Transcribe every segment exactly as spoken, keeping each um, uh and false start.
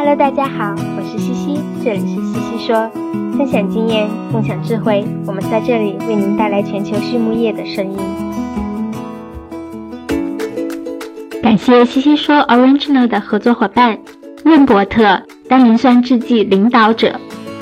Hello， 大家好，我是西西，这里是西西说，分享经验，共享智慧，我们在这里为您带来全球畜牧业的声音。感谢西西说 Original 的合作伙伴润伯特单磷酸制剂领导者。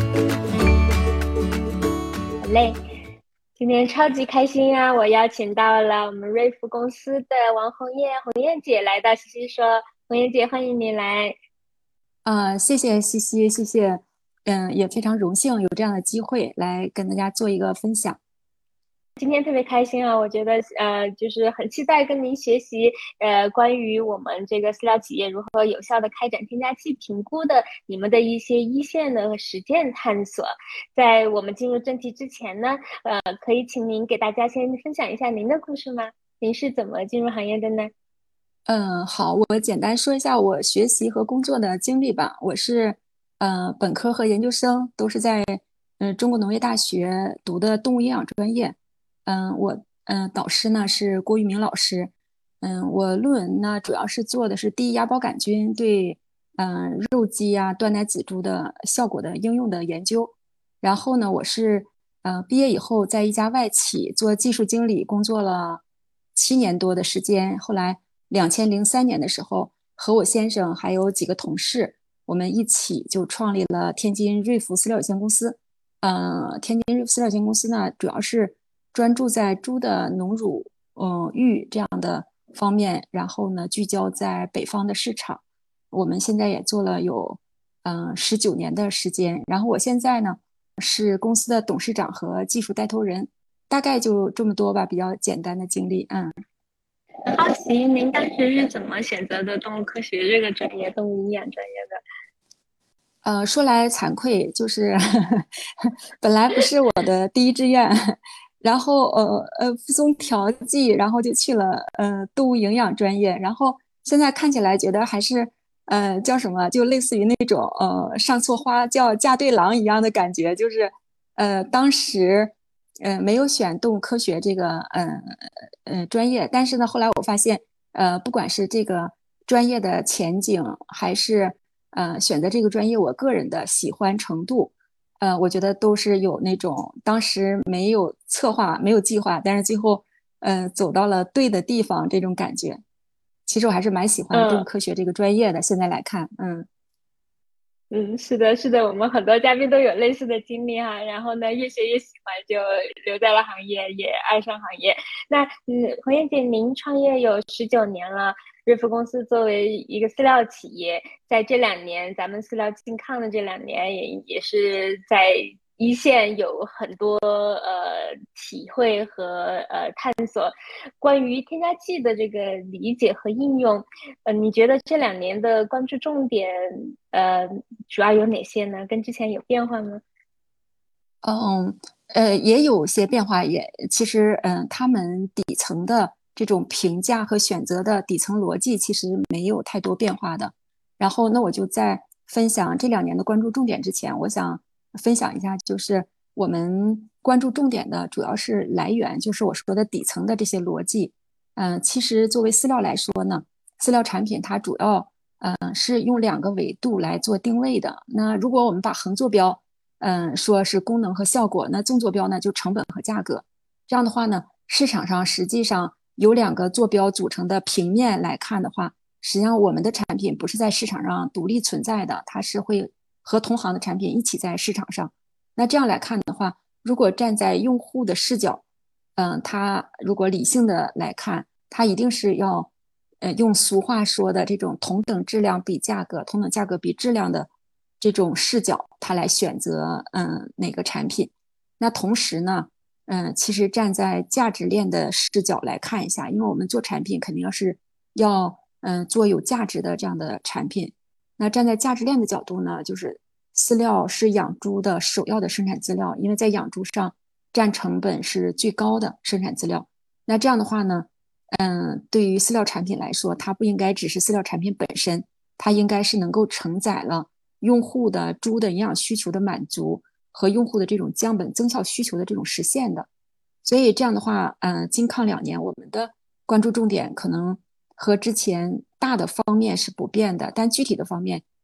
好嘞，今天超级开心啊！我邀请到了我们瑞福公司的王红叶，红叶姐来到西西说，红叶姐欢迎你来。 呃，谢谢西西，谢谢，嗯，也非常荣幸有这样的机会来跟大家做一个分享。 今天特别开心啊！我觉得呃，就是很期待跟您学习呃，关于我们这个饲料企业如何有效的开展添加剂评估的你们的一些一线的实践探索。在我们进入正题之前呢，呃，可以请您给大家先分享一下您的故事吗？您是怎么进入行业的呢？ 嗯，好，我简单说一下我学习和工作的经历吧。我是呃本科和研究生都是在嗯、呃、中国农业大学读的动物营养专业。嗯，我嗯、呃、导师呢是郭玉明老师。嗯，我论文呢主要是做的是第一芽孢杆菌对嗯、呃、肉鸡呀、断奶仔猪的效果的应用的研究。然后呢，我是呃毕业以后在一家外企做技术经理工作了七年多的时间。后来两千零三年的时候，和我先生还有几个同事，我们一起就创立了天津瑞福饲料有限公司。呃，天津瑞福饲料有限公司呢，主要是专注在猪的农乳、嗯、育这样的方面，然后呢，聚焦在北方的市场。我们现在也做了有嗯十九年的时间。然后我现在呢是公司的董事长和技术带头人，大概就这么多吧，比较简单的经历。嗯。 很好奇您当时是怎么选择的动物科学这个专业，动物营养专业的？ 呃，说来惭愧，就是本来不是我的第一志愿，然后呃呃服从调剂，然后就去了呃动物营养专业。然后现在看起来觉得还是呃叫什么，就类似于那种呃上错花轿嫁对郎一样的感觉，就是呃当时呃没有选动物科学这个呃呃专业，但是呢后来我发现呃不管是这个专业的前景还是呃，选择这个专业，我个人的喜欢程度，呃，我觉得都是有那种当时没有策划、没有计划，但是最后呃走到了对的地方这种感觉。其实我还是蛮喜欢动物嗯。 科学这个专业的。现在来看，嗯。 嗯，是的，是的，我们很多嘉宾都有类似的经历哈。然后呢，越学越喜欢，就留在了行业，也爱上行业。那嗯，红叶姐，您创业有十九年了，瑞福公司作为一个饲料企业，在这两年，咱们饲料禁抗的这两年也，也是在一线有很多呃体会和呃探索。关于添加剂的这个理解和应用，呃，你觉得这两年的关注重点，呃，主要有哪些呢？跟之前有变化吗？ 嗯，呃，也有些变化，也其实，嗯、他们底层的这种评价和选择的底层逻辑其实没有太多变化的。然后，那我就在分享这两年的关注重点之前，我想分享一下，就是我们关注重点的主要是来源，就是我说的底层的这些逻辑。嗯、其实作为饲料来说呢，饲料产品它主要，嗯、是用两个维度来做定位的。那如果我们把横坐标嗯，说是功能和效果，那纵坐标呢就成本和价格。这样的话呢，市场上实际上有两个坐标组成的平面来看的话，实际上我们的产品不是在市场上独立存在的，它是会和同行的产品一起在市场上。那这样来看的话，如果站在用户的视角，嗯，他如果理性的来看，他一定是要，呃，用俗话说的这种同等质量比价格，同等价格比质量的这种视角，他来选择嗯哪个产品。那同时呢，嗯，其实站在价值链的视角来看一下，因为我们做产品肯定要是要嗯做有价值的这样的产品。那站在价值链的角度呢，就是饲料是养猪的首要的生产资料，因为在养猪上占成本是最高的生产资料。那这样的话呢，嗯，对于饲料产品来说，它不应该只是饲料产品本身，它应该是能够承载了用户的猪的营养需求的满足和用户的这种降本增效需求的这种实现的。所以这样的话，嗯、呃，金抗两年我们的关注重点可能和之前大的方面是不变的，但具体的方面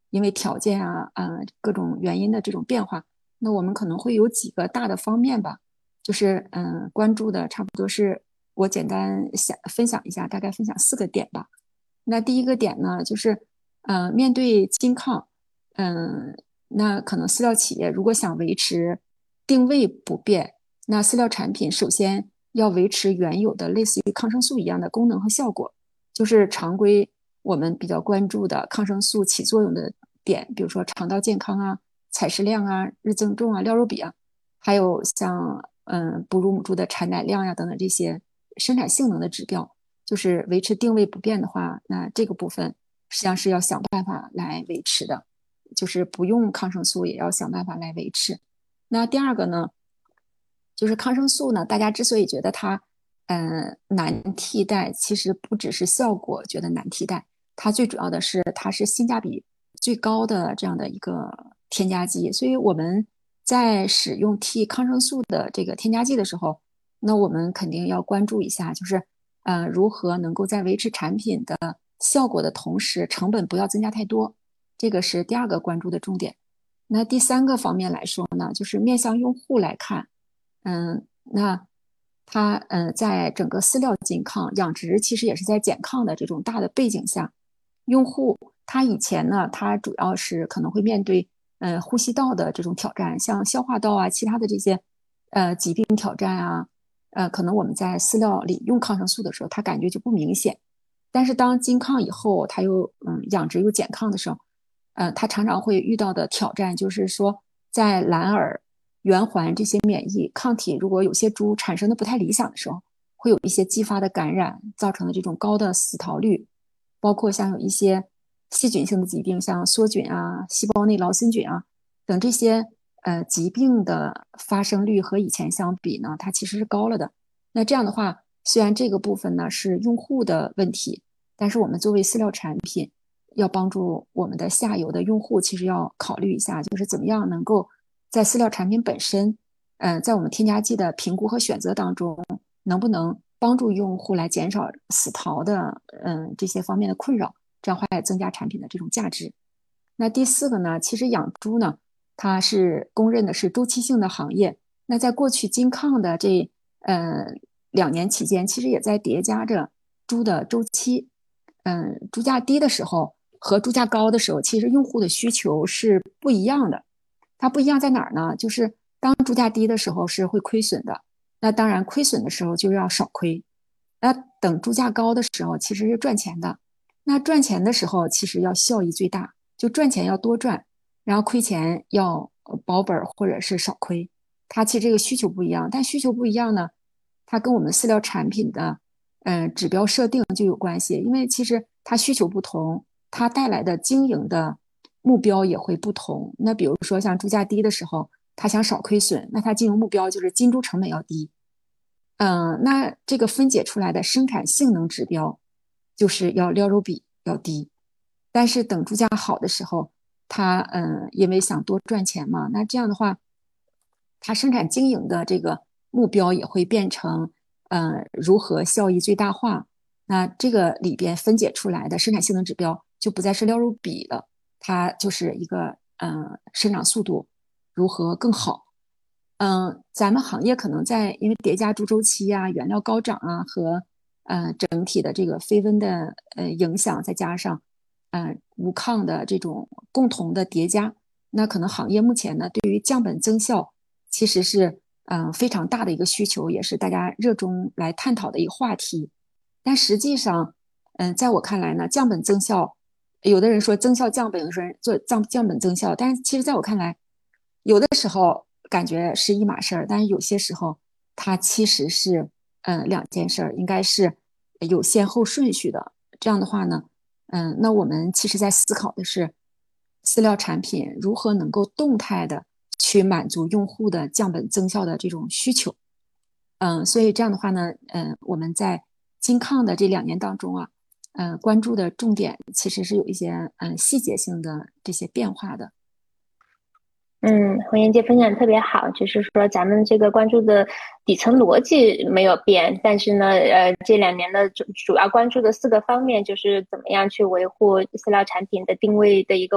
因为条件啊，呃，各种原因的这种变化，那我们可能会有几个大的方面吧，就是嗯、呃，关注的差不多是我简单想分享一下，大概分享四个点吧。那第一个点呢，就是呃，面对金抗，嗯、那可能饲料企业如果想维持定位不变，那饲料产品首先要维持原有的类似于抗生素一样的功能和效果，就是常规我们比较关注的抗生素起作用的点，比如说肠道健康啊、采食量啊、日增重啊、料肉比啊，还有像嗯哺乳母猪的产奶量呀、等等这些生产性能的指标，就是维持定位不变的话，那这个部分实际上是要想办法来维持的，就是不用抗生素也要想办法来维持。那第二个呢，就是抗生素呢，大家之所以觉得它嗯难替代，其实不只是效果觉得难替代，它最主要的是它是性价比最高的这样的一个添加剂，所以我们在使用替抗生素的这个添加剂的时候，那我们肯定要关注一下，就是呃如何能够在维持产品的效果的同时，成本不要增加太多，这个是第二个关注的重点。那第三个方面来说呢，就是面向用户来看，嗯，那它嗯，在整个饲料金抗养殖其实也是在减抗的这种大的背景下，用户他以前呢，他主要是可能会面对呃呼吸道的这种挑战，像消化道啊，其他的这些呃疾病挑战啊，呃，可能我们在饲料里用抗生素的时候，他感觉就不明显。但是当金抗以后，它又嗯养殖又减抗的时候，呃，它常常会遇到的挑战就是说，在蓝耳、圆环这些免疫抗体，如果有些猪产生的不太理想的时候，会有一些继发的感染，造成的这种高的死逃率，包括像有一些细菌性的疾病，像梭菌啊、细胞内劳森菌啊等这些呃疾病的发生率和以前相比呢，它其实是高了的。那这样的话，虽然这个部分呢是用户的问题，但是我们作为饲料产品，要帮助我们的下游的用户，其实要考虑一下，就是怎么样能够在饲料产品本身，嗯、呃，在我们添加剂的评估和选择当中，能不能帮助用户来减少死逃的嗯、呃、这些方面的困扰，这样话也增加产品的这种价值。那第四个呢，其实养猪呢，它是公认的是周期性的行业。那在过去金抗的这呃两年期间，其实也在叠加着猪的周期。嗯，猪价低的时候和猪价高的时候，其实用户的需求是不一样的。它不一样在哪儿呢？就是当猪价低的时候是会亏损的，那当然亏损的时候就要少亏。那等猪价高的时候，其实是赚钱的。那赚钱的时候，其实要效益最大，就赚钱要多赚，然后亏钱要保本或者是少亏。它其实这个需求不一样，但需求不一样呢，它跟我们饲料产品的嗯、呃指标设定就有关系，因为其实它需求不同，它带来的经营的目标也会不同。那比如说像猪价低的时候，它想少亏损，那它经营目标就是进猪成本要低。嗯、呃，那这个分解出来的生产性能指标就是要料肉比要低。但是等猪价好的时候，它嗯、呃，因为想多赚钱嘛，那这样的话，它生产经营的这个目标也会变成呃如何效益最大化。那这个里边分解出来的生产性能指标就不再是料肉比了，它就是一个嗯、呃、生长速度如何更好。嗯、呃，咱们行业可能在因为叠加猪周期啊、原料高涨啊和呃整体的这个非温的呃影响，再加上呃无抗的这种共同的叠加，那可能行业目前呢对于降本增效其实是嗯、呃非常大的一个需求，也是大家热衷来探讨的一个话题。但实际上，嗯、呃，在我看来呢，降本增效，有的人说增效降本，有的人做降降本增效，但是其实在我看来，有的时候感觉是一码事儿，但是有些时候它其实是嗯、呃两件事儿，应该是有先后顺序的。这样的话呢，嗯，那我们其实在思考的是，饲料产品如何能够动态的去满足用户的降本增效的这种需求。嗯，所以这样的话呢，嗯，我们在金抗的这两年当中啊，嗯，关注的重点其实是有一些嗯细节性的这些变化的。 嗯，红颜姐分享得特别好，就是说咱们这个关注的底层逻辑没有变，但是呢，呃，这两年的主主要关注的四个方面，就是怎么样去维护饲料产品的定位的一个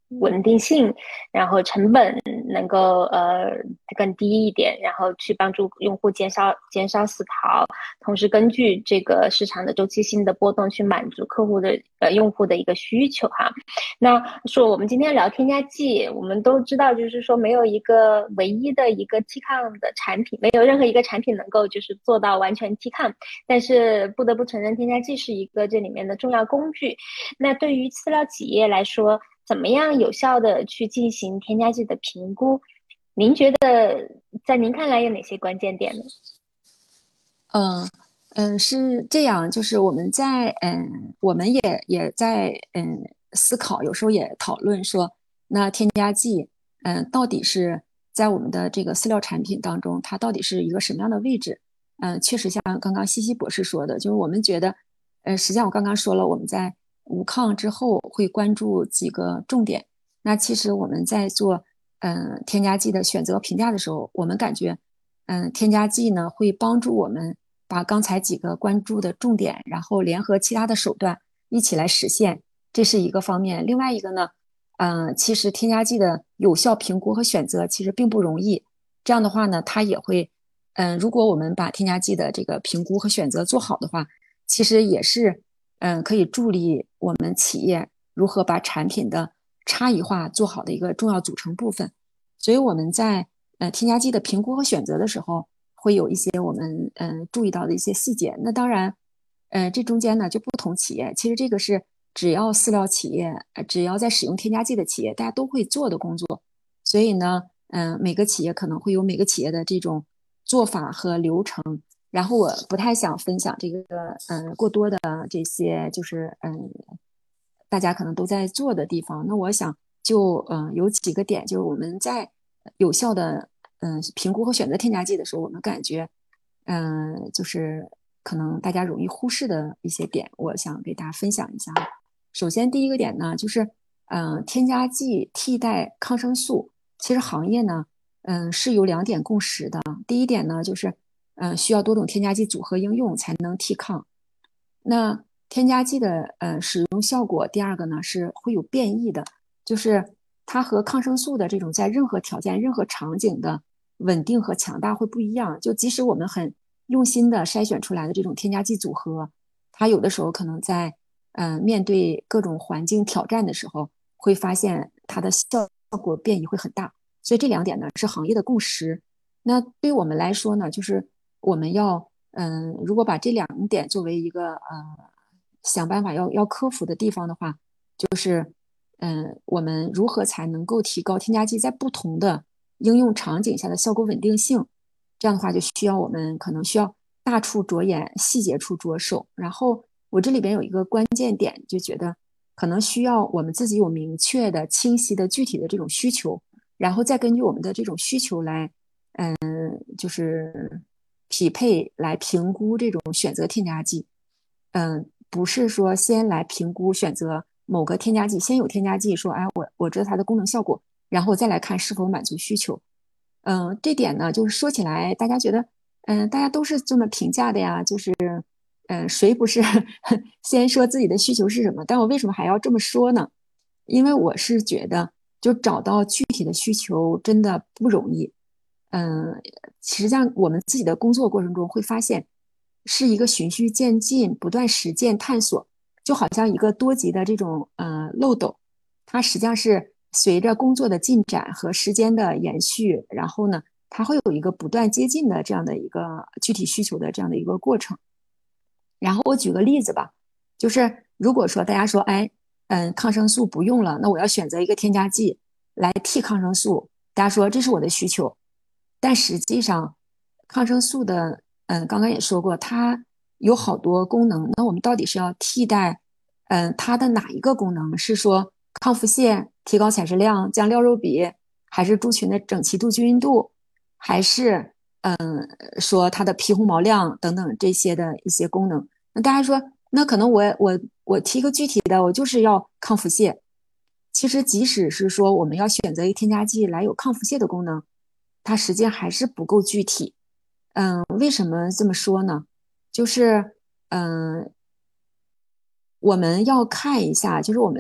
稳定性，然后成本能够呃更低一点，然后去帮助用户减少减少死逃，同时根据这个市场的周期性的波动去满足客户的呃用户的一个需求哈。那说我们今天聊添加剂，我们都知道就是说没有一个唯一的一个替抗的产品，没有任何一个产品能够就是做到完全替抗，但是不得不承认添加剂是一个这里面的重要工具。那对于饲料企业来说，怎么样有效的去进行添加剂的评估？您觉得在您看来有哪些关键点呢？ 嗯嗯，是这样，就是我们在嗯，我们也也在嗯思考，有时候也讨论说，那添加剂嗯到底是在我们的这个饲料产品当中，它到底是一个什么样的位置？嗯，确实像刚刚西西博士说的，就是我们觉得，呃，实际上我刚刚说了，我们在无抗之后会关注几个重点。那其实我们在做嗯添加剂的选择评价的时候，我们感觉嗯添加剂呢会帮助我们把刚才几个关注的重点，然后联合其他的手段一起来实现，这是一个方面。另外一个呢，嗯，其实添加剂的有效评估和选择其实并不容易。这样的话呢，它也会，嗯，如果我们把添加剂的这个评估和选择做好的话，其实也是，嗯，可以助力我们企业如何把产品的差异化做好的一个重要组成部分。所以我们在呃添加剂的评估和选择的时候，会有一些我们嗯、呃注意到的一些细节。那当然，呃，这中间呢就不同企业，其实这个是只要饲料企业，呃，只要在使用添加剂的企业，大家都会做的工作。所以呢，嗯、呃，每个企业可能会有每个企业的这种做法和流程。然后我不太想分享这个嗯、呃、过多的这些就是嗯、呃、大家可能都在做的地方。那我想就嗯、呃、有几个点，就是我们在有效的嗯、呃、评估和选择添加剂的时候，我们感觉嗯、呃、就是可能大家容易忽视的一些点，我想给大家分享一下。首先第一个点呢，就是嗯、呃添加剂替代抗生素，其实行业呢嗯、呃是有两点共识的。第一点呢，就是嗯、呃需要多种添加剂组合应用才能替抗。那添加剂的呃使用效果，第二个呢是会有变异的，就是它和抗生素的这种在任何条件、任何场景的稳定和强大会不一样。就即使我们很用心的筛选出来的这种添加剂组合，它有的时候可能在呃面对各种环境挑战的时候，会发现它的效果变异会很大。所以这两点呢是行业的共识。那对我们来说呢，就是我们要嗯，如果把这两点作为一个呃想办法要要克服的地方的话，就是嗯，我们如何才能够提高添加剂在不同的应用场景下的效果稳定性？这样的话，就需要我们可能需要大处着眼，细节处着手。然后我这里边有一个关键点，就觉得可能需要我们自己有明确的、清晰的、具体的这种需求，然后再根据我们的这种需求来，嗯，就是匹配来评估这种选择添加剂。嗯，不是说先来评估选择某个添加剂，先有添加剂说，哎，我我知道它的功能效果，然后再来看是否满足需求。嗯，这点呢，就是说起来，大家觉得，嗯，大家都是这么评价的呀，就是，嗯，谁不是先说自己的需求是什么？但我为什么还要这么说呢？因为我是觉得，就找到具体的需求真的不容易。嗯，实际上我们自己的工作过程中会发现，是一个循序渐进、不断实践探索，就好像一个多级的这种呃漏斗，它实际上是随着工作的进展和时间的延续，然后呢，它会有一个不断接近的这样的一个具体需求的这样的一个过程。然后我举个例子吧，就是如果说大家说，哎，嗯，抗生素不用了，那我要选择一个添加剂来替抗生素，大家说这是我的需求，但实际上抗生素的，嗯，刚刚也说过，它有好多功能，那我们到底是要替代，嗯，它的哪一个功能？是说抗腹泻、提高采食量、降料肉比，还是猪群的整齐度、均匀度，还是说它的皮红毛量等等这些的一些功能？那大家说，那可能我我我提个具体的，我就是要抗腹泻。其实即使是说我们要选择一个添加剂来有抗腹泻的功能，它实际上还是不够具体。嗯，为什么这么说呢？就是嗯，我们要看一下，就是我们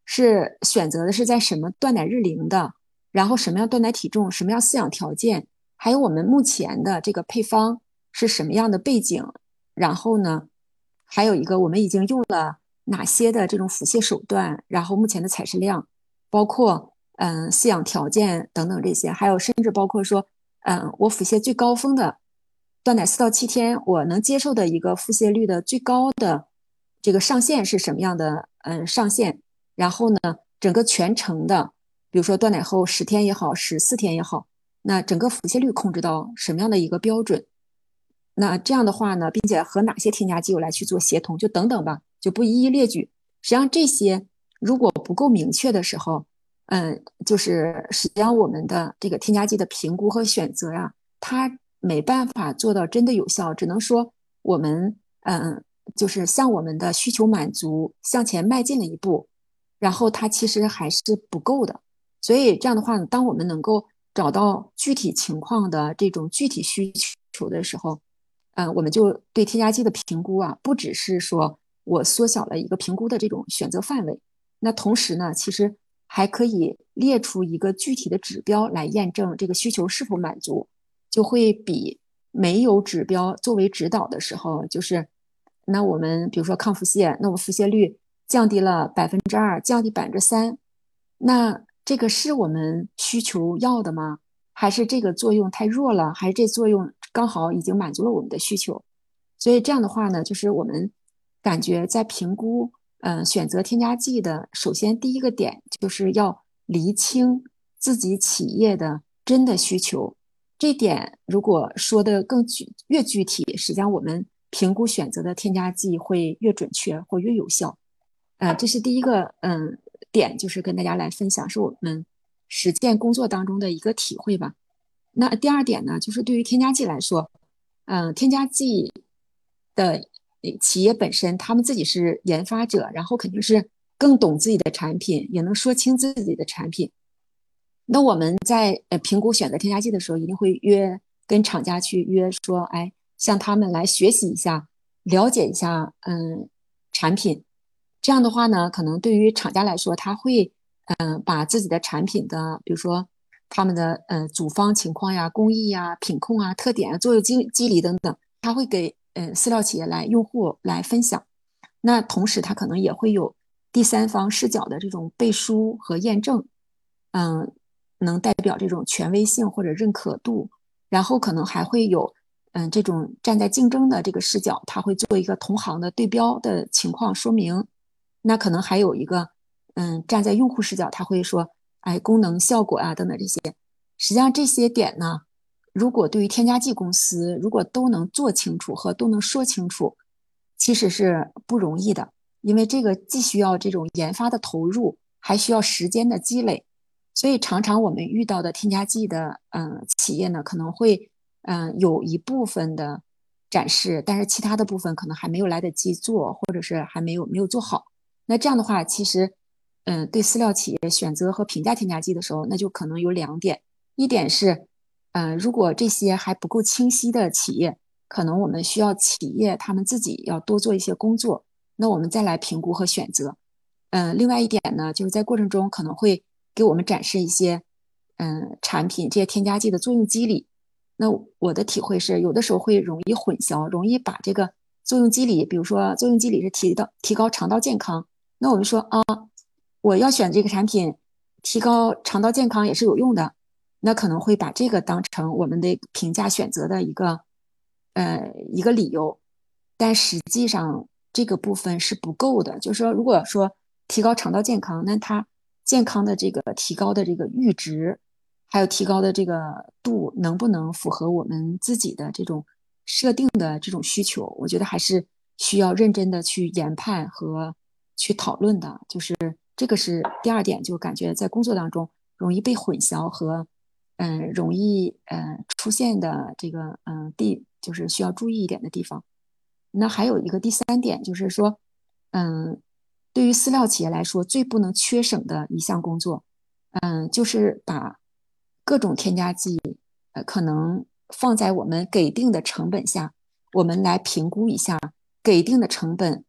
是选择的是在什么断奶日龄的，然后什么样断奶体重，什么样饲养条件，还有我们目前的这个配方是什么样的背景，然后呢，还有一个我们已经用了哪些的这种腹泻手段，然后目前的采食量，包括嗯、呃饲养条件等等这些，还有甚至包括说，嗯、呃我腹泻最高峰的断奶四到七天，我能接受的一个腹泻率的最高的这个上限是什么样的？嗯、呃上限，然后呢，整个全程的，比如说断奶后十天也好，十四天也好，那整个腹泻率控制到什么样的一个标准？那这样的话呢，并且和哪些添加剂我来去做协同，就等等吧，就不一一列举。实际上这些如果不够明确的时候，嗯，就是实际上我们的这个添加剂的评估和选择呀、它没办法做到真的有效，只能说我们嗯，就是向我们的需求满足向前迈进了一步，然后它其实还是不够的。所以这样的话呢，当我们能够找到具体情况的这种具体需求的时候，呃，我们就对添加剂的评估啊，不只是说我缩小了一个评估的这种选择范围，那同时呢，其实还可以列出一个具体的指标来验证这个需求是否满足，就会比没有指标作为指导的时候，就是那我们比如说抗腹泻，那我腹泻率降低了百分之二，降低百分之三，那这个是我们需求要的吗？还是这个作用太弱了？还是这作用刚好已经满足了我们的需求？所以这样的话呢，就是我们感觉在评估呃选择添加剂的，首先第一个点就是要厘清自己企业的真的需求。这点如果说的更具越具体，实际上我们评估选择的添加剂会越准确或越有效。呃，这是第一个嗯点，就是跟大家来分享，是我们实践工作当中的一个体会吧。那第二点呢，就是对于添加剂来说，嗯、添加剂的企业本身，他们自己是研发者，然后肯定是更懂自己的产品，也能说清自己的产品。那我们在呃评估选择添加剂的时候，一定会约跟厂家去约说，哎，向他们来学习一下，了解一下，嗯，产品。这样的话呢，可能对于厂家来说，他会嗯、呃把自己的产品的，比如说他们的呃组方情况呀、工艺呀、品控啊、特点啊、作用机机理等等，他会给呃饲料企业来用户来分享。那同时，他可能也会有第三方视角的这种背书和验证，嗯，能代表这种权威性或者认可度。然后可能还会有，嗯，这种站在竞争的这个视角，他会做一个同行的对标的情况说明。那可能还有一个，嗯，站在用户视角，他会说，哎，功能效果啊等等这些。实际上这些点呢，如果对于添加剂公司，如果都能做清楚和都能说清楚，其实是不容易的，因为这个既需要这种研发的投入，还需要时间的积累。所以常常我们遇到的添加剂的嗯、呃企业呢，可能会嗯、呃有一部分的展示，但是其他的部分可能还没有来得及做，或者是还没有没有做好。那这样的话，其实嗯、呃对饲料企业选择和评价添加剂的时候，那就可能有两点，一点是嗯、呃如果这些还不够清晰的企业，可能我们需要企业他们自己要多做一些工作，那我们再来评估和选择。嗯、呃另外一点呢，就是在过程中可能会给我们展示一些，嗯，产品这些添加剂的作用机理。那我的体会是，有的时候会容易混淆，容易把这个作用机理，比如说作用机理是提到提高肠道健康，那我们说啊，我要选这个产品，提高肠道健康也是有用的，那可能会把这个当成我们的评价选择的一个呃一个理由，但实际上这个部分是不够的。就是说，如果说提高肠道健康，那它健康的这个提高的这个阈值，还有提高的这个度，能不能符合我们自己的这种设定的这种需求？我觉得还是需要认真的去研判和去讨论的。就是这个是第二点，就感觉在工作当中容易被混淆和嗯容易呃出现的这个嗯地，就是需要注意一点的地方。那还有一个第三点，就是说，嗯，对于饲料企业来说，最不能缺省的一项工作，嗯，就是把各种添加剂，呃，可能放在我们给定的成本下，我们来评估一下给定的成本，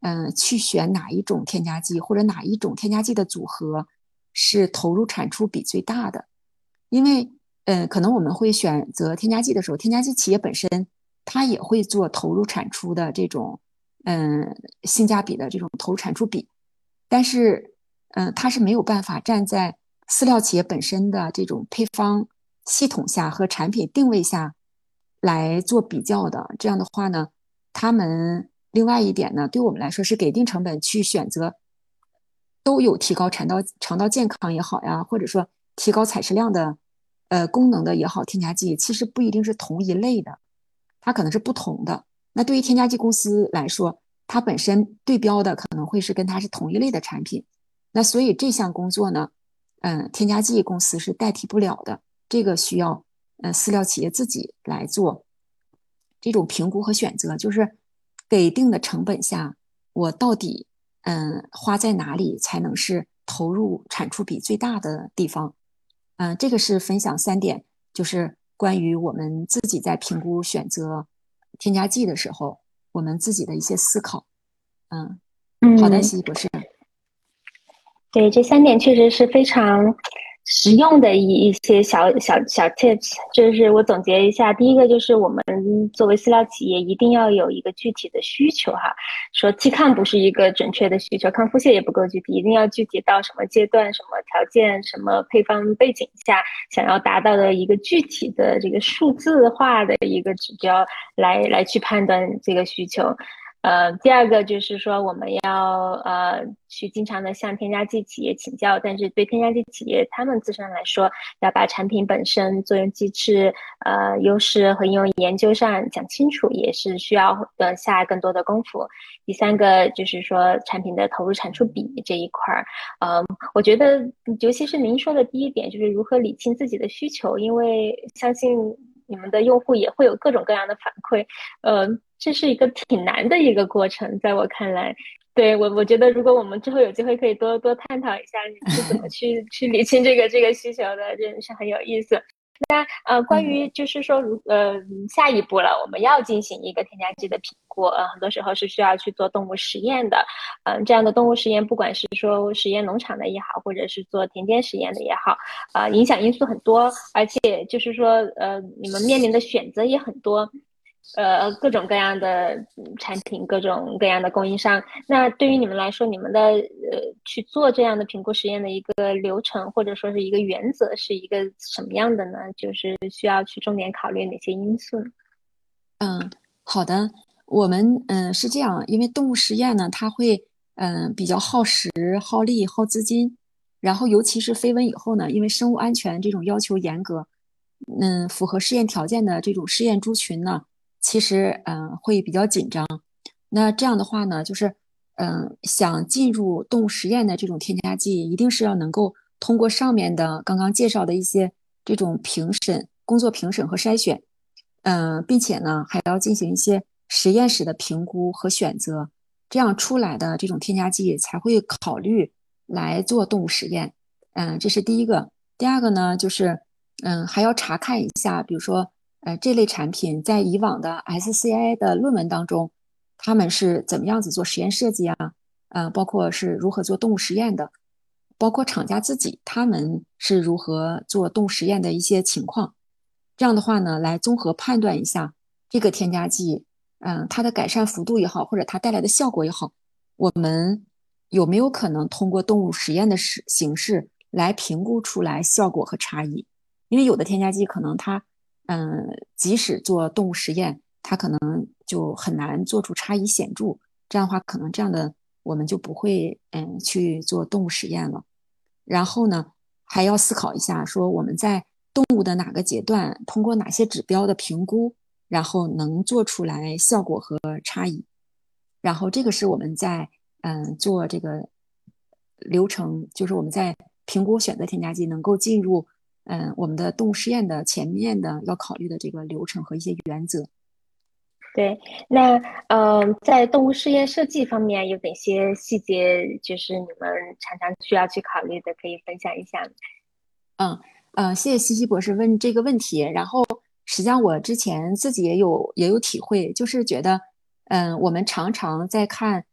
嗯、呃去选哪一种添加剂或者哪一种添加剂的组合是投入产出比最大的。因为呃，可能我们会选择添加剂的时候，添加剂企业本身它也会做投入产出的这种嗯性价比的这种投入产出比，但是嗯、呃，它是没有办法站在饲料企业本身的这种配方系统下和产品定位下来做比较的。这样的话呢，他们另外一点呢，对我们来说是给定成本去选择都有提高肠道肠道健康也好呀，或者说提高采食量的呃功能的也好，添加剂其实不一定是同一类的，它可能是不同的。那对于添加剂公司来说，它本身对标的可能会是跟它是同一类的产品，那所以这项工作呢，嗯，添加剂公司是代替不了的，这个需要呃饲料企业自己来做这种评估和选择，就是给定的成本下，我到底嗯花在哪里才能是投入产出比最大的地方。嗯，这个是分享三点，就是关于我们自己在评估选择添加剂的时候，我们自己的一些思考。嗯，好的， 嗯。 西西博士。 对，这三点确实是非常实用的一一些小小小 tips。就是我总结一下，第一个就是我们作为饲料企业一定要有一个具体的需求哈，说期抗不是一个准确的需求，抗腹泻也不够具体，一定要具体到什么阶段、什么条件、什么配方背景下想要达到的一个具体的这个数字化的一个指标来来去判断这个需求。呃，第二个就是说，我们要呃去经常的向添加剂企业请教，但是对添加剂企业他们自身来说，要把产品本身作用机制、呃优势和应用研究上讲清楚，也是需要呃下更多的功夫。第三个就是说，产品的投入产出比这一块儿，呃，我觉得尤其是您说的第一点，就是如何理清自己的需求，因为相信你们的用户也会有各种各样的反馈。呃，这是一个挺难的一个过程，在我看来。对，我我觉得如果我们之后有机会可以多多探讨一下你是怎么去去理清这个这个需求的，真的是很有意思。那呃，关嗯于就是说，如呃下一步了，我们要进行一个添加剂的评估，呃，很多时候是需要去做动物实验的。嗯、呃，这样的动物实验，不管是说实验农场的也好，或者是做田间实验的也好，啊、呃，影响因素很多，而且就是说，呃，你们面临的选择也很多。呃，各种各样的产品，各种各样的供应商。那对于你们来说，你们的呃去做这样的评估实验的一个流程，或者说是一个原则，是一个什么样的呢？就是需要去重点考虑哪些因素呢？ 嗯，好的。我们嗯是这样，因为动物实验呢，它会嗯比较耗时、耗力、耗资金，然后尤其是飞蚊以后呢，因为生物安全这种要求严格，嗯，符合试验条件的这种试验猪群呢，其实嗯会比较紧张。那这样的话呢，就是嗯想进入动物实验的这种添加剂，一定是要能够通过上面的刚刚介绍的一些这种评审工作评审和筛选。嗯、呃并且呢，还要进行一些实验室的评估和选择，这样出来的这种添加剂才会考虑来做动物实验。嗯、这是第一个。第二个呢，就是嗯，还要查看一下，比如说呃，这类产品在以往的 S C I 的论文当中，他们是怎么样子做实验设计啊？呃，包括是如何做动物实验的，包括厂家自己他们是如何做动物实验的一些情况。这样的话呢，来综合判断一下这个添加剂，嗯，它的改善幅度也好，或者它带来的效果也好，我们有没有可能通过动物实验的式形式来评估出来效果和差异？因为有的添加剂可能它，嗯，即使做动物实验，它可能就很难做出差异显著。这样的话，可能这样的我们就不会嗯去做动物实验了。然后呢，还要思考一下，说我们在动物的哪个阶段，通过哪些指标的评估，然后能做出来效果和差异。然后这个是我们在嗯做这个流程，就是我们在评估选择添加剂能够进入嗯我们的动物试验的前面的要考虑的这个流程和一些原则。 对，那呃，在动物试验设计方面有哪些细节，就是你们常常需要去考虑的，可以分享一下吗？ 嗯呃，谢谢西西博士问这个问题。然后，实际上我之前自己也有也有体会，就是觉得，嗯、我们常常在看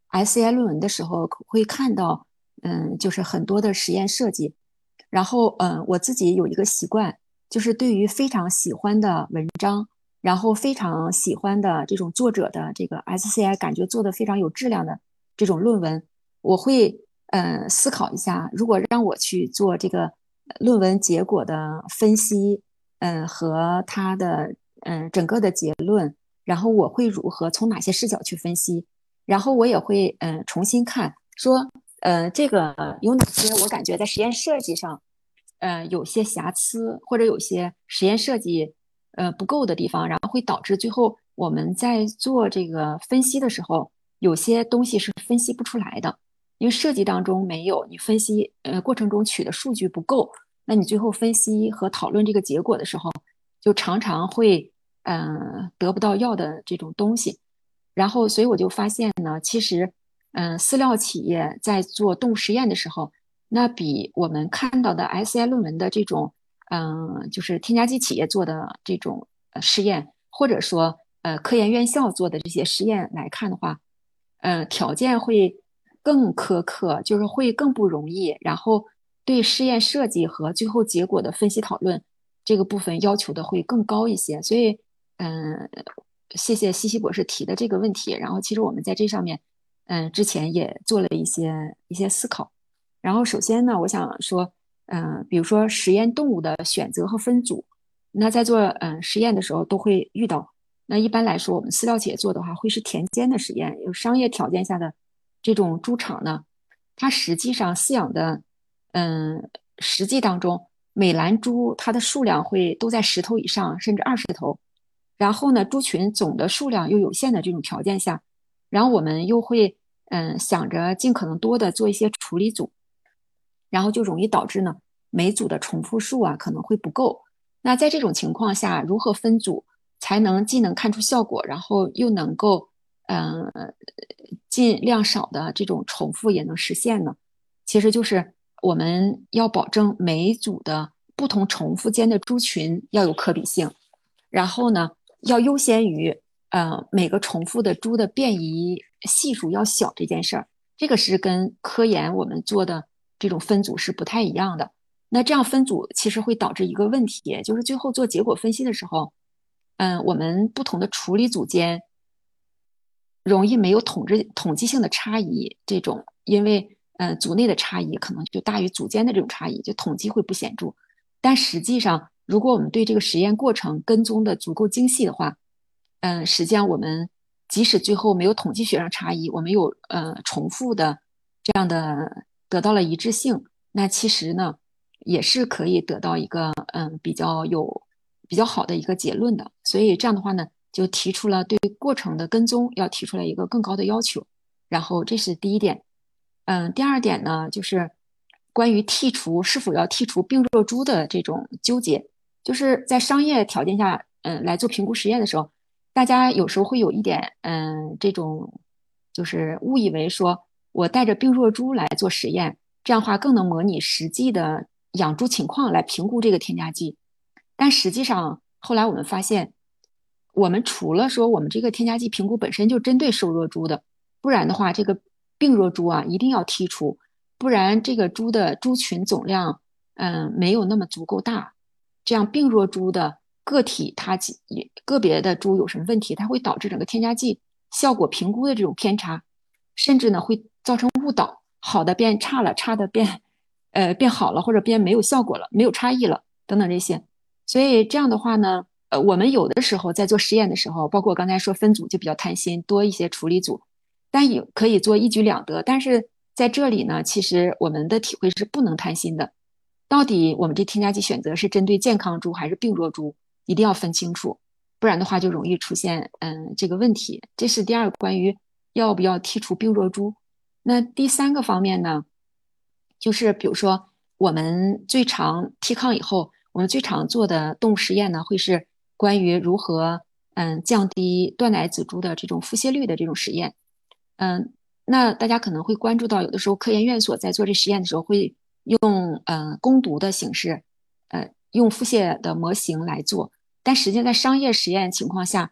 S C I 论文的时候会看到，嗯，就是很多的实验设计。然后，嗯，我自己有一个习惯，就是对于非常喜欢的文章，然后非常喜欢的这种作者的这个 S C I 感觉做的非常有质量的这种论文，我会呃思考一下，如果让我去做这个论文结果的分析，嗯、呃和它的嗯、呃整个的结论，然后我会如何从哪些视角去分析，然后我也会嗯、呃重新看说。呃，这个有哪些我感觉在实验设计上，呃，有些瑕疵，或者有些实验设计呃不够的地方，然后会导致最后我们在做这个分析的时候，有些东西是分析不出来的，因为设计当中没有，你分析呃过程中取的数据不够，那你最后分析和讨论这个结果的时候，就常常会嗯、呃得不到要的这种东西。然后，所以我就发现呢，其实，嗯、呃饲料企业在做动物实验的时候，那比我们看到的 S C I 论文的这种，嗯、呃就是添加剂企业做的这种呃实验，或者说呃科研院校做的这些实验来看的话，呃，条件会更苛刻，就是会更不容易，然后对试验设计和最后结果的分析讨论这个部分要求的会更高一些。所以，嗯、谢谢西西博士提的这个问题。然后，其实我们在这上面，嗯、之前也做了一些一些思考。然后，首先呢，我想说，嗯、比如说实验动物的选择和分组，那在做嗯、呃实验的时候都会遇到。那一般来说，我们饲料企业做的话，会是田间的实验，有商业条件下的这种猪场呢，它实际上饲养的，嗯，实际当中，每栏猪它的数量会都在十头以上，甚至二十头。然后呢，猪群总的数量又有限的这种条件下，然后我们又会嗯想着尽可能多的做一些处理组，然后就容易导致呢每组的重复数啊可能会不够。那在这种情况下，如何分组才能既能看出效果，然后又能够嗯、呃、尽量少的这种重复也能实现呢？其实就是我们要保证每一组的不同重复间的猪群要有可比性，然后呢，要优先于呃每个重复的猪的变异系数要小这件事儿。这个是跟科研我们做的这种分组是不太一样的。那这样分组其实会导致一个问题，就是最后做结果分析的时候，嗯，我们不同的处理组间容易没有统治统计性的差异，这种因为呃组内的差异可能就大于组间的这种差异，就统计会不显著。但实际上，如果我们对这个实验过程跟踪的足够精细的话，嗯、呃，实际上我们即使最后没有统计学上差异，我们有呃重复的这样的得到了一致性，那其实呢也是可以得到一个嗯、呃比较有比较好的一个结论的。所以这样的话呢，就提出了对过程的跟踪要提出来一个更高的要求。然后这是第一点。嗯，第二点呢，就是关于剔除是否要剔除病弱猪的这种纠结，就是在商业条件下，嗯，来做评估实验的时候，大家有时候会有一点，嗯，这种就是误以为说我带着病弱猪来做实验，这样的话更能模拟实际的养猪情况来评估这个添加剂。但实际上，后来我们发现，我们除了说我们这个添加剂评估本身就针对瘦弱猪的，不然的话，这个病弱猪啊一定要剔除，不然这个猪的猪群总量，嗯，没有那么足够大，这样病弱猪的个体它几个别的猪有什么问题，它会导致整个添加剂效果评估的这种偏差，甚至呢会造成误导，好的变差了，差的变呃变好了，或者变没有效果了，没有差异了，等等这些。所以这样的话呢，呃，我们有的时候在做实验的时候，包括我刚才说分组就比较贪心，多一些处理组，但也可以做一举两得。但是在这里呢，其实我们的体会是不能贪心的。到底我们这添加剂选择是针对健康猪还是病弱猪，一定要分清楚，不然的话就容易出现嗯这个问题。这是第二个关于要不要剔除病弱猪。那第三个方面呢，就是比如说我们最常提抗以后，我们最常做的动物实验呢，会是关于如何嗯降低断奶子猪的这种腹泻率的这种实验。嗯，那大家可能会关注到，有的时候科研院所在做这实验的时候，会用呃攻读的形式，呃用腹泻的模型来做，但实际在商业实验情况下，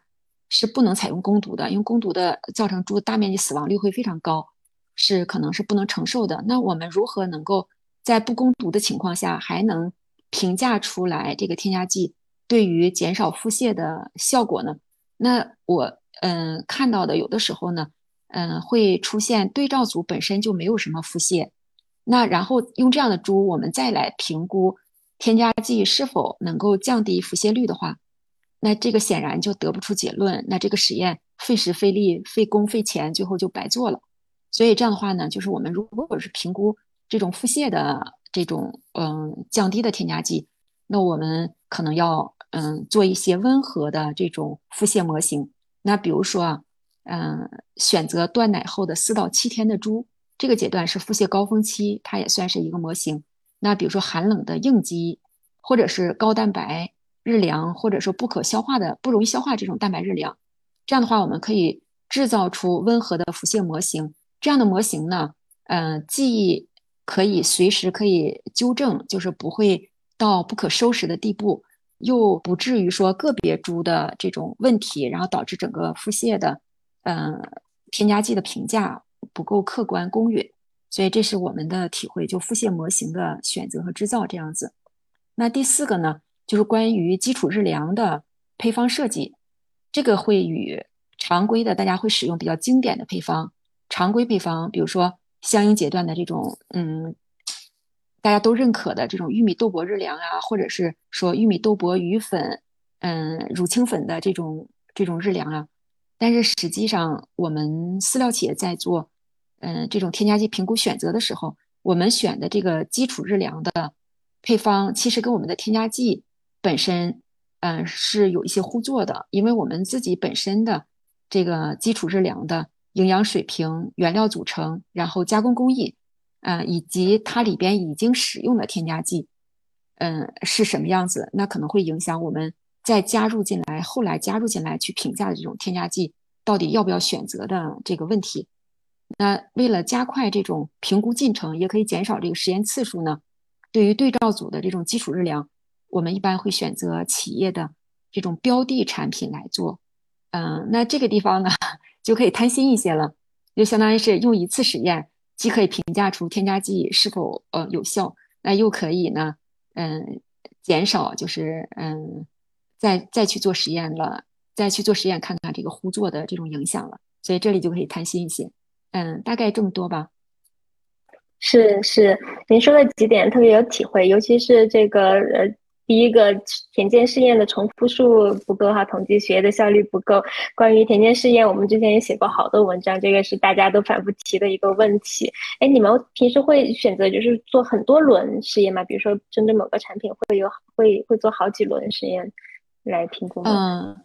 是不能采用攻毒的，因为攻毒的造成猪大面积死亡率会非常高，是可能是不能承受的。那我们如何能够在不攻毒的情况下，还能评价出来这个添加剂对于减少腹泻的效果呢？那我嗯看到的有的时候呢，嗯会出现对照组本身就没有什么腹泻，那然后用这样的猪，我们再来评估添加剂是否能够降低腹泻率的话，那这个显然就得不出结论，那这个实验费时费力、费工费钱，最后就白做了。所以这样的话呢，就是我们如果是评估这种腹泻的这种嗯降低的添加剂，那我们可能要嗯做一些温和的这种腹泻模型。那比如说啊，嗯选择断奶后的四到七天的猪，这个阶段是腹泻高峰期，它也算是一个模型。那比如说寒冷的应激，或者是高蛋白日粮，或者说不可消化的、不容易消化这种蛋白日粮，这样的话，我们可以制造出温和的腹泻模型。这样的模型呢，呃，既可以随时可以纠正，就是不会到不可收拾的地步，又不至于说个别猪的这种问题，然后导致整个腹泻的，呃，添加剂的评价不够客观公允。所以这是我们的体会，就腹泻模型的选择和制造这样子。那第四个呢，就是关于基础日粮的配方设计，这个会与常规的大家会使用比较经典的配方，常规配方，比如说相应阶段的这种，嗯，大家都认可的这种玉米豆粕日粮啊，或者是说玉米豆粕鱼粉，嗯，乳清粉的这种这种日粮啊，但是实际上我们饲料企业在做，嗯，这种添加剂评估选择的时候，我们选的这个基础日粮的配方，其实跟我们的添加剂本身，嗯，是有一些互作的，因为我们自己本身的这个基础日粮的营养水平、原料组成，然后加工工艺，呃，以及它里边已经使用的添加剂，嗯，是什么样子，那可能会影响我们再加入进来，后来加入进来去评价的这种添加剂到底要不要选择的这个问题。那为了加快这种评估进程，也可以减少这个实验次数呢，对于对照组的这种基础日粮，我们一般会选择企业的这种标的产品来做。嗯，那这个地方呢，就可以贪心一些了，就相当于是用一次实验，既可以评价出添加剂是否呃有效，那又可以呢，嗯，减少就是嗯再再去做实验了，再去做实验看看这个互作的这种影响了，所以这里就可以贪心一些。嗯，大概这么多吧。 是是，您说的几点特别有体会，尤其是这个呃，第一个田间试验的重复数不够哈，统计学的效率不够。关于田间试验，我们之前也写过好多文章，这个是大家都反复提的一个问题。哎，你们平时会选择就是做很多轮试验吗？比如说针对某个产品会有会会做好几轮实验来评估吗？ 嗯，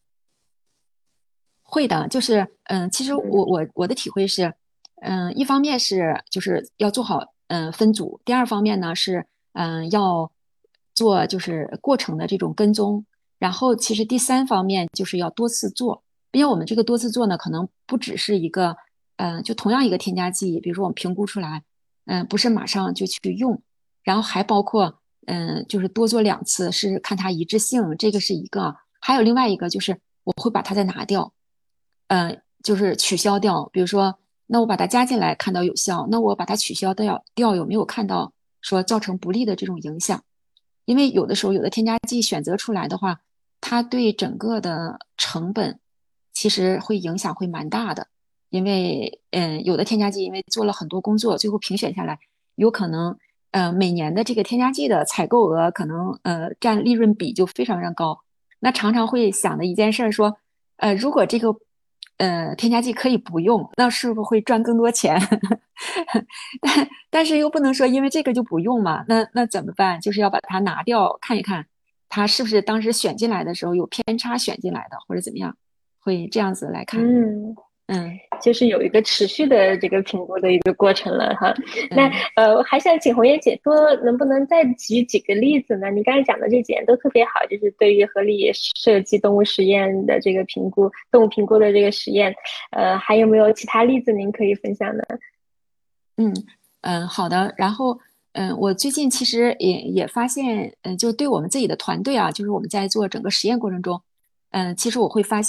会的，就是嗯，其实我嗯我我的体会是，嗯，一方面是就是要做好嗯分组，第二方面呢是嗯要做就是过程的这种跟踪，然后其实第三方面就是要多次做，并且我们这个多次做呢，可能不只是一个嗯就同样一个添加剂，比如说我们评估出来，嗯不是马上就去用，然后还包括嗯就是多做两次，是看它一致性，这个是一个，还有另外一个就是我会把它再拿掉。嗯，就是取消掉。比如说，那我把它加进来，看到有效，那我把它取消掉，掉有没有看到说造成不利的这种影响？因为有的时候，有的添加剂选择出来的话，它对整个的成本其实会影响会蛮大的。因为，嗯，有的添加剂因为做了很多工作，最后评选下来，有可能，呃，每年的这个添加剂的采购额可能，呃，占利润比就非常非常高。那常常会想的一件事说，呃，如果这个呃添加剂可以不用，那是不是会赚更多钱？但但是又不能说因为这个就不用嘛，那那怎么办？就是要把它拿掉，看一看它是不是当时选进来的时候有偏差选进来的，或者怎么样，会这样子来看。 嗯。 嗯就是有一个持续的这个评估的一个过程了哈。那嗯呃，还想请红叶姐多能不能再举几个例子呢？你刚才讲的这几点都特别好，就是对于合理设计动物实验的这个评估，动物评估的这个实验，呃，还有没有其他例子您可以分享呢？ 嗯嗯，好的。然后嗯，我最近其实也也发现，嗯，就对我们自己的团队啊，就是我们在做整个实验过程中，嗯，其实我会发现。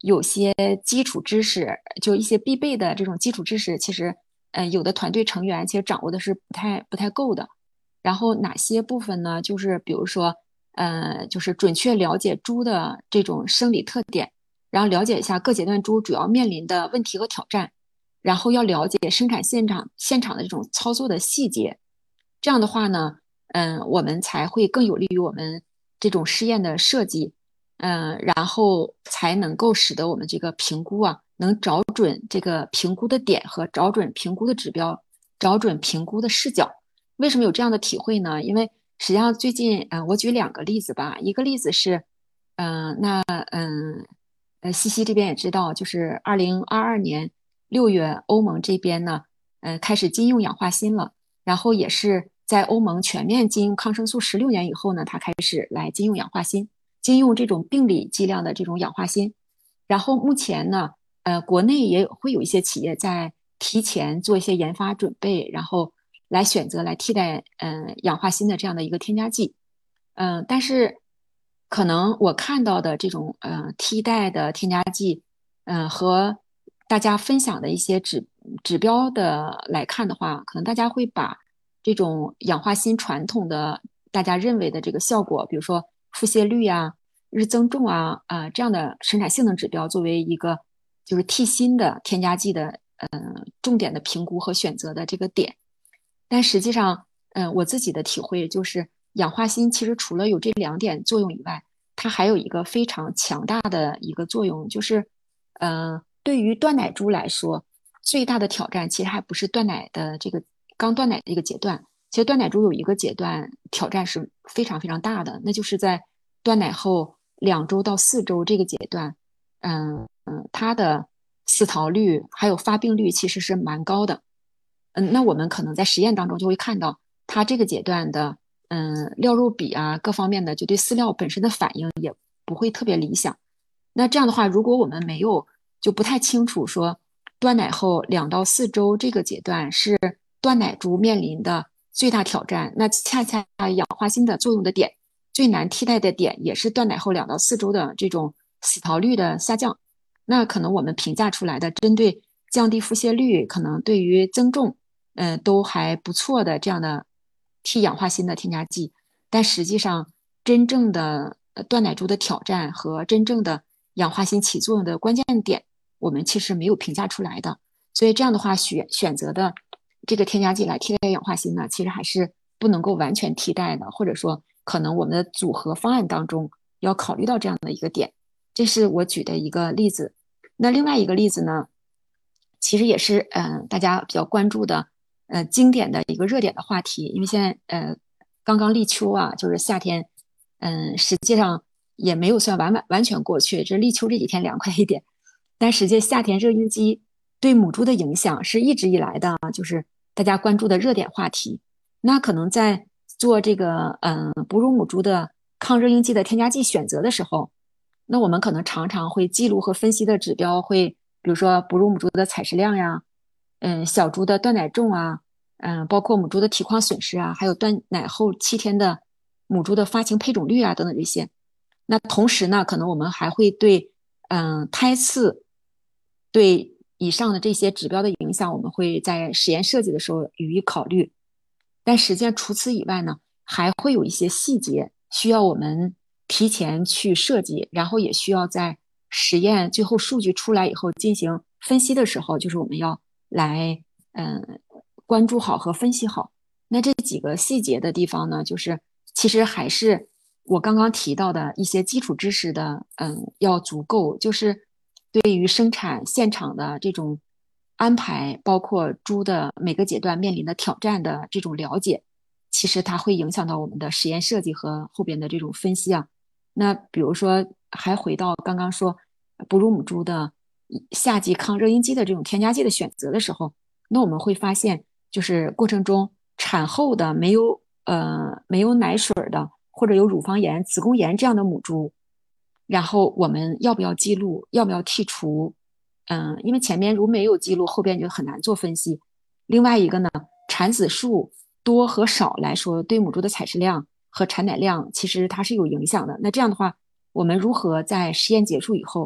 有些基础知识，就一些必备的这种基础知识，其实呃有的团队成员其实掌握的是不太不太够的。然后哪些部分呢？就是比如说，呃，就是准确了解猪的这种生理特点，然后了解一下各阶段猪主要面临的问题和挑战，然后要了解生产现场现场的这种操作的细节。这样的话呢，嗯，我们才会更有利于我们这种试验的设计，嗯，然后才能够使得我们这个评估啊，能找准这个评估的点和找准评估的指标，找准评估的视角。为什么有这样的体会呢？因为实际上最近，嗯、呃，我举两个例子吧。一个例子是，嗯、呃，那嗯，呃，西西这边也知道，就是二零二二年六月，欧盟这边呢，呃，开始禁用氧化锌了。然后也是在欧盟全面禁用抗生素十六年以后呢，它开始来禁用氧化锌，禁用这种病理剂量的这种氧化锌。然后目前呢，呃，国内也有会有一些企业在提前做一些研发准备，然后来选择来替代呃氧化锌的这样的一个添加剂。嗯、呃，但是可能我看到的这种呃替代的添加剂，嗯、呃、和大家分享的一些指指标的来看的话，可能大家会把这种氧化锌传统的大家认为的这个效果，比如说腹泻率啊、日增重啊啊、呃、这样的生产性能指标，作为一个就是替锌的添加剂的呃重点的评估和选择的这个点。但实际上，嗯、呃，我自己的体会就是，氧化锌其实除了有这两点作用以外，它还有一个非常强大的一个作用，就是，呃，对于断奶猪来说，最大的挑战其实还不是断奶的这个刚断奶的一个阶段，其实断奶猪有一个阶段挑战是非常非常大的，那就是在断奶后两周到四周这个阶段，嗯嗯，它的死逃率还有发病率其实是蛮高的。嗯，那我们可能在实验当中就会看到，它这个阶段的嗯料肉比啊各方面的，就对饲料本身的反应也不会特别理想。那这样的话，如果我们没有就不太清楚说断奶后两到四周这个阶段是断奶猪面临的最大挑战，那恰恰氧化锌的作用的点最难替代的点也是断奶后两到四周的这种死逃率的下降。那可能我们评价出来的针对降低腹泻率，可能对于增重嗯、呃，都还不错的这样的替氧化锌的添加剂，但实际上真正的呃断奶猪的挑战和真正的氧化锌起作用的关键点，我们其实没有评价出来的。所以这样的话，选选择的这个添加剂来替代氧化锌呢，其实还是不能够完全替代的，或者说可能我们的组合方案当中要考虑到这样的一个点。这是我举的一个例子。那另外一个例子呢，其实也是嗯、呃、大家比较关注的呃经典的一个热点的话题，因为现在呃刚刚立秋啊，就是夏天，嗯，实际上也没有算完完完全过去，这立秋这几天凉快一点，但实际夏天热应激对母猪的影响是一直以来的，就是大家关注的热点话题。那可能在做这个嗯哺乳母猪的抗热应激的添加剂选择的时候，那我们可能常常会记录和分析的指标会，比如说哺乳母猪的采食量呀，嗯，小猪的断奶重啊，嗯，包括母猪的体况损失啊，还有断奶后七天的母猪的发情配种率啊等等这些。那同时呢，可能我们还会对嗯胎次对以上的这些指标的影响，我们会在实验设计的时候予以考虑。但实际上除此以外呢，还会有一些细节需要我们提前去设计，然后也需要在实验最后数据出来以后进行分析的时候，就是我们要来嗯关注好和分析好。那这几个细节的地方呢，就是其实还是我刚刚提到的一些基础知识的，嗯，要足够，就是对于生产现场的这种安排，包括猪的每个阶段面临的挑战的这种了解，其实它会影响到我们的实验设计和后边的这种分析啊。那比如说，还回到刚刚说哺乳母猪的夏季抗热应激的这种添加剂的选择的时候，那我们会发现，就是过程中产后的没有呃没有奶水的，或者有乳房炎、子宫炎这样的母猪，然后我们要不要记录，要不要剔除？嗯，因为前面如没有记录，后边就很难做分析。另外一个呢，产子数多和少来说，对母猪的采食量和产奶量其实它是有影响的。那这样的话，我们如何在实验结束以后，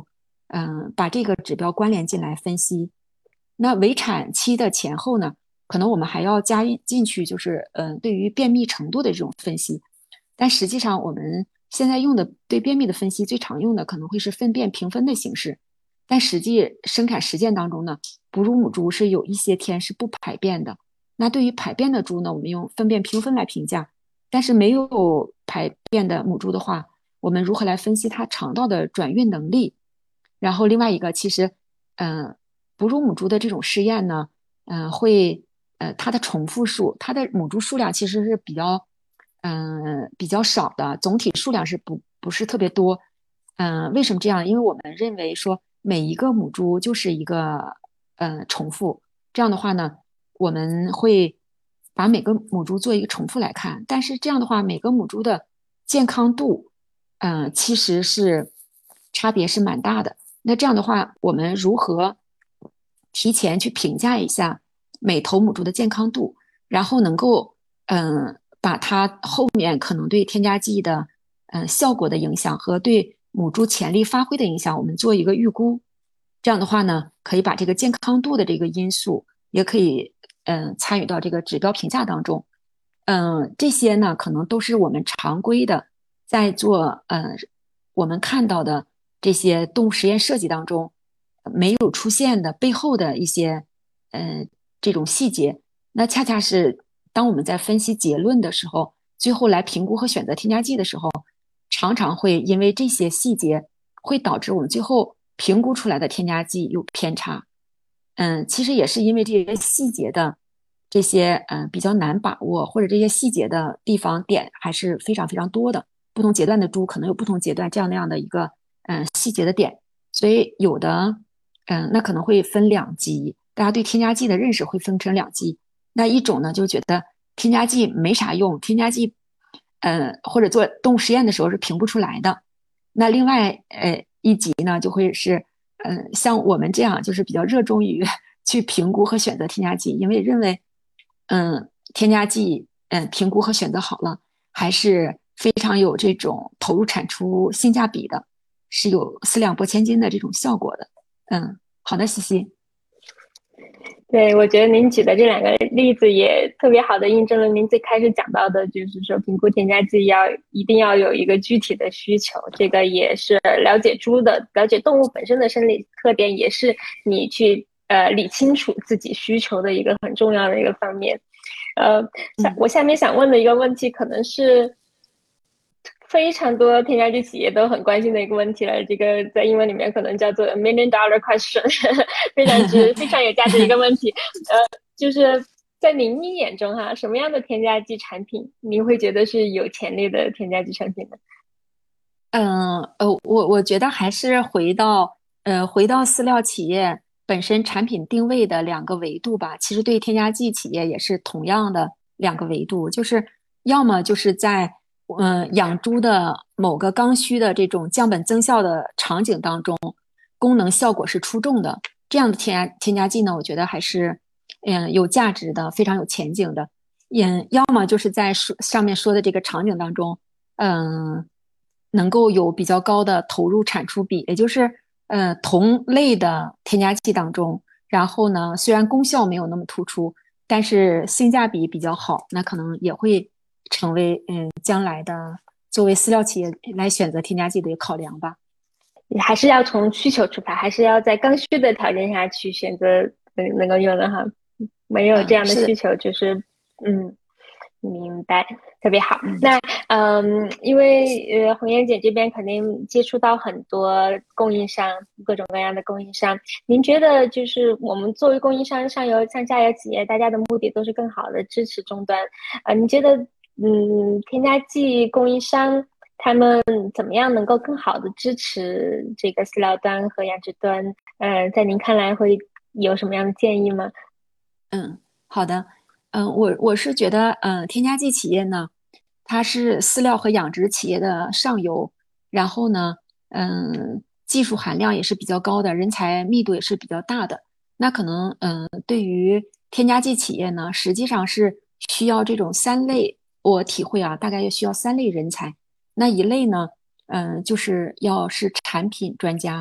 嗯、把这个指标关联进来分析。那围产期的前后呢，可能我们还要加进去，就是嗯、呃对于便秘程度的这种分析。但实际上，我们现在用的对便秘的分析最常用的可能会是粪便评分的形式，但实际生产实践当中呢，哺乳母猪是有一些天是不排便的。那对于排便的猪呢，我们用粪便评分来评价；但是没有排便的母猪的话，我们如何来分析它肠道的转运能力？然后另外一个，其实，嗯、呃，哺乳母猪的这种试验呢，嗯、呃，会，呃，它的重复数，它的母猪数量其实是比较，嗯、呃，比较少的，总体数量是不不是特别多。嗯、呃，为什么这样？因为我们认为说每一个母猪就是一个，呃，重复。这样的话呢，我们会把每个母猪做一个重复来看，但是这样的话，每个母猪的健康度，嗯、呃，其实是差别是蛮大的。那这样的话，我们如何提前去评价一下每头母猪的健康度，然后能够嗯、呃把它后面可能对添加剂的嗯、呃效果的影响和对母猪潜力发挥的影响，我们做一个预估。这样的话呢，可以把这个健康度的这个因素，也可以嗯、呃参与到这个指标评价当中。嗯、呃这些呢，可能都是我们常规的在做呃我们看到的这些动物实验设计当中没有出现的背后的一些呃这种细节。那恰恰是当我们在分析结论的时候，最后来评估和选择添加剂的时候，常常会因为这些细节，会导致我们最后评估出来的添加剂有偏差。嗯，其实也是因为这些细节的这些嗯、呃比较难把握，或者这些细节的地方点还是非常非常多的。不同阶段的猪可能有不同阶段这样那样的一个嗯、呃细节的点，所以有的嗯、呃那可能会分两级，大家对添加剂的认识会分成两级。那一种呢就觉得添加剂没啥用，添加剂呃或者做动物实验的时候是评不出来的。那另外呃一级呢就会是嗯、呃像我们这样就是比较热衷于去评估和选择添加剂，因为认为嗯添加剂嗯、呃评估和选择好了，还是非常有这种投入产出性价比的，是有四两拨千斤的这种效果的。嗯，好的，西西。 对，我觉得您举的这两个例子也特别好的印证了您最开始讲到的，就是说评估添加剂要一定要有一个具体的需求，这个也是了解猪的、了解动物本身的生理特点，也是你去呃理清楚自己需求的一个很重要的一个方面。呃，下嗯我下面想问的一个问题，可能是非常多添加剂企业都很关心的一个问题了。这个在英文里面可能叫做 million dollar question，非常值、非常有价值的一个问题。呃，就是在您眼中哈，什么样的添加剂产品您会觉得是有潜力的添加剂产品呢？ 嗯呃，我我觉得还是回到呃回到饲料企业本身产品定位的两个维度吧。其实对添加剂企业也是同样的两个维度，就是要么就是在嗯、呃养猪的某个刚需的这种降本增效的场景当中，功能效果是出众的，这样的添加添加剂呢，我觉得还是嗯有价值的，非常有前景的。嗯，要么就是在说上面说的这个场景当中。嗯，能够有比较高的投入产出比，也就是呃同类的添加剂当中，然后呢，虽然功效没有那么突出，但是性价比比较好，那可能也会成为嗯将来的作为饲料企业来选择添加剂的一个考量吧。 还是要从需求出发，还是要在刚需的条件下去选择能能够用的哈。没有这嗯， 样的需是的。 求，就是嗯，明白，特别好。 嗯那嗯，因为呃，红颜姐这边肯定接触到很多供应商，各种各样的供应商。您觉得就是我们作为供应商，上游、上下游企业，大家的目的都是更好的支持终端。啊、呃，你觉得嗯，添加剂供应商他们怎么样能够更好的支持这个饲料端和养殖端？呃，在您看来会有什么样的建议吗？ 嗯，好的。嗯，我我是觉得，嗯，添加剂企业呢，它是饲料和养殖企业的上游，然后呢，嗯，技术含量也是比较高的，人才密度也是比较大的。那可能，嗯，对于添加剂企业呢，实际上是需要这种三类，我体会啊，大概也需要三类人才。那一类呢，嗯，就是要是产品专家，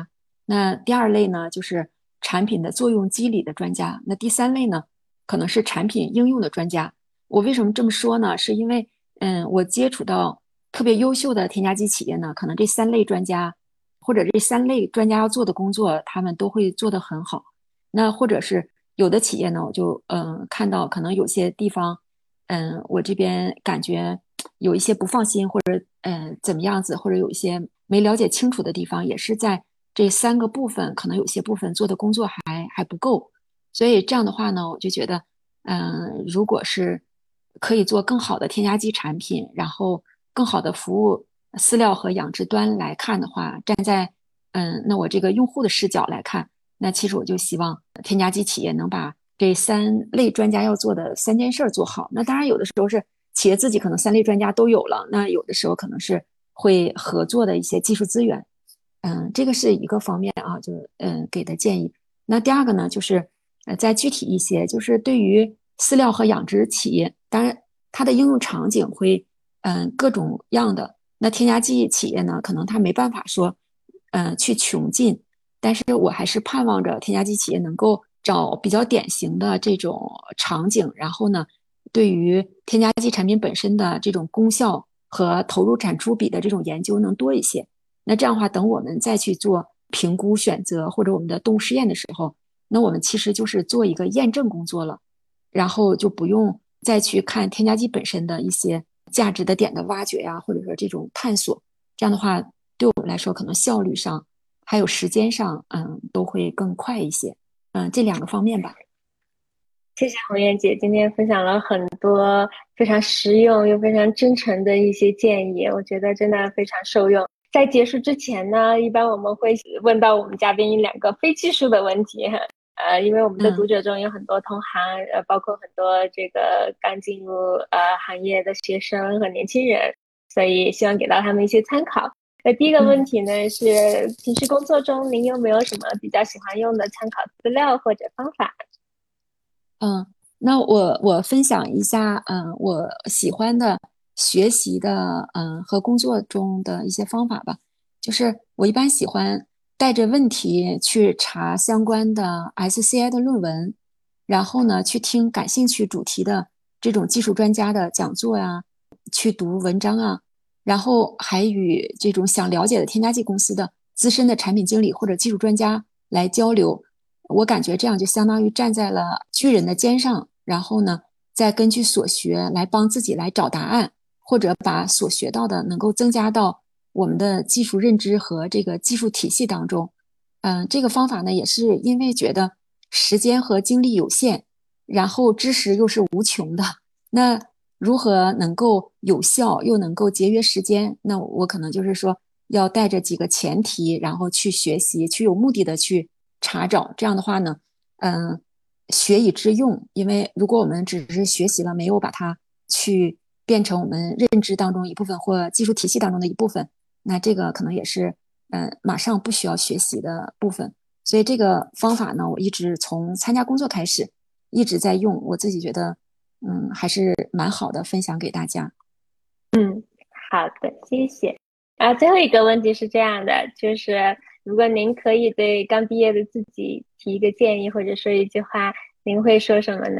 那第二类呢，就是产品的作用机理的专家。那第三类呢，可能是产品应用的专家。我为什么这么说呢？是因为，嗯，我接触到特别优秀的添加剂企业呢，可能这三类专家或者这三类专家要做的工作，他们都会做得很好。那或者是有的企业呢，我就嗯、呃、看到可能有些地方，嗯，我这边感觉有一些不放心，或者嗯、呃、怎么样子，或者有一些没了解清楚的地方，也是在这三个部分，可能有些部分做的工作还还不够。所以这样的话呢，我就觉得，嗯，如果是可以做更好的添加剂产品，然后更好的服务饲料和养殖端来看的话，站在嗯，那我这个用户的视角来看，那其实我就希望添加剂企业能把这三类专家要做的三件事做好。那当然，有的时候是企业自己可能三类专家都有了，那有的时候可能是会合作的一些技术资源。嗯，这个是一个方面啊，就是嗯给的建议。那第二个呢，就是呃再具体一些，就是对于饲料和养殖企业，当然它的应用场景会嗯各种样的。那添加剂企业呢，可能它没办法说嗯去穷尽，但是我还是盼望着添加剂企业能够找比较典型的这种场景，然后呢，对于添加剂产品本身的这种功效和投入产出比的这种研究能多一些。那这样的话，等我们再去做评估选择或者我们的动物试验的时候，那我们其实就是做一个验证工作了，然后就不用再去看添加剂本身的一些价值的点的挖掘呀，或者说这种探索。这样的话，对我们来说，可能效率上还有时间上，嗯，都会更快一些。嗯，这两个方面吧。 谢谢红艳姐今天分享了很多非常实用又非常真诚的一些建议，我觉得真的非常受用。在结束之前呢，一般我们会问到我们嘉宾两个非技术的问题哈，呃，因为我们的读嗯者中有很多同行，呃，包括很多这个刚进入呃行业的学生和年轻人，所以希望给到他们一些参考。那第一个问嗯题呢是，平时工作中您有没有什么比较喜欢用的参考资料或者方法？ 嗯，那我我分享一下，嗯，我喜欢的学习的，嗯，和工作中的一些方法吧。就是我一般喜欢带着问题去查相关的 S C I 的论文，然后呢，去听感兴趣主题的这种技术专家的讲座呀，去读文章啊，然后还与这种想了解的添加剂公司的资深的产品经理或者技术专家来交流。我感觉这样就相当于站在了巨人的肩上，然后呢，再根据所学来帮自己来找答案，或者把所学到的能够增加到我们的技术认知和这个技术体系当中。嗯，这个方法呢，也是因为觉得时间和精力有限，然后知识又是无穷的，那如何能够有效又能够节约时间？那我可能就是说要带着几个前提，然后去学习，去有目的的去查找。这样的话呢，嗯，学以致用。因为如果我们只是学习了，没有把它去变成我们认知当中一部分或技术体系当中的一部分，那这个可能也是嗯马上不需要学习的部分。所以这个方法呢，我一直从参加工作开始一直在用，我自己觉得嗯还是蛮好的，分享给大家。 嗯，好的，谢谢。啊，最后一个问题是这样的，就是如果您可以对刚毕业的自己提一个建议，或者说一句话，您会说什么呢？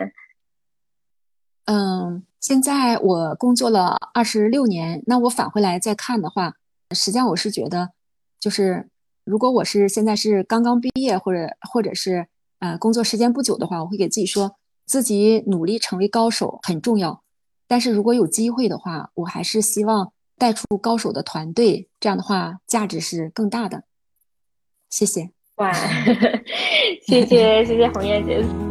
嗯，现在我工作了二十六年，那我返回来再看的话，实际上我是觉得，就是如果我是现在是刚刚毕业，或者或者是呃工作时间不久的话，我会给自己说，自己努力成为高手很重要。但是如果有机会的话，我还是希望带出高手的团队，这样的话价值是更大的。谢谢。 哇，谢谢谢谢红叶姐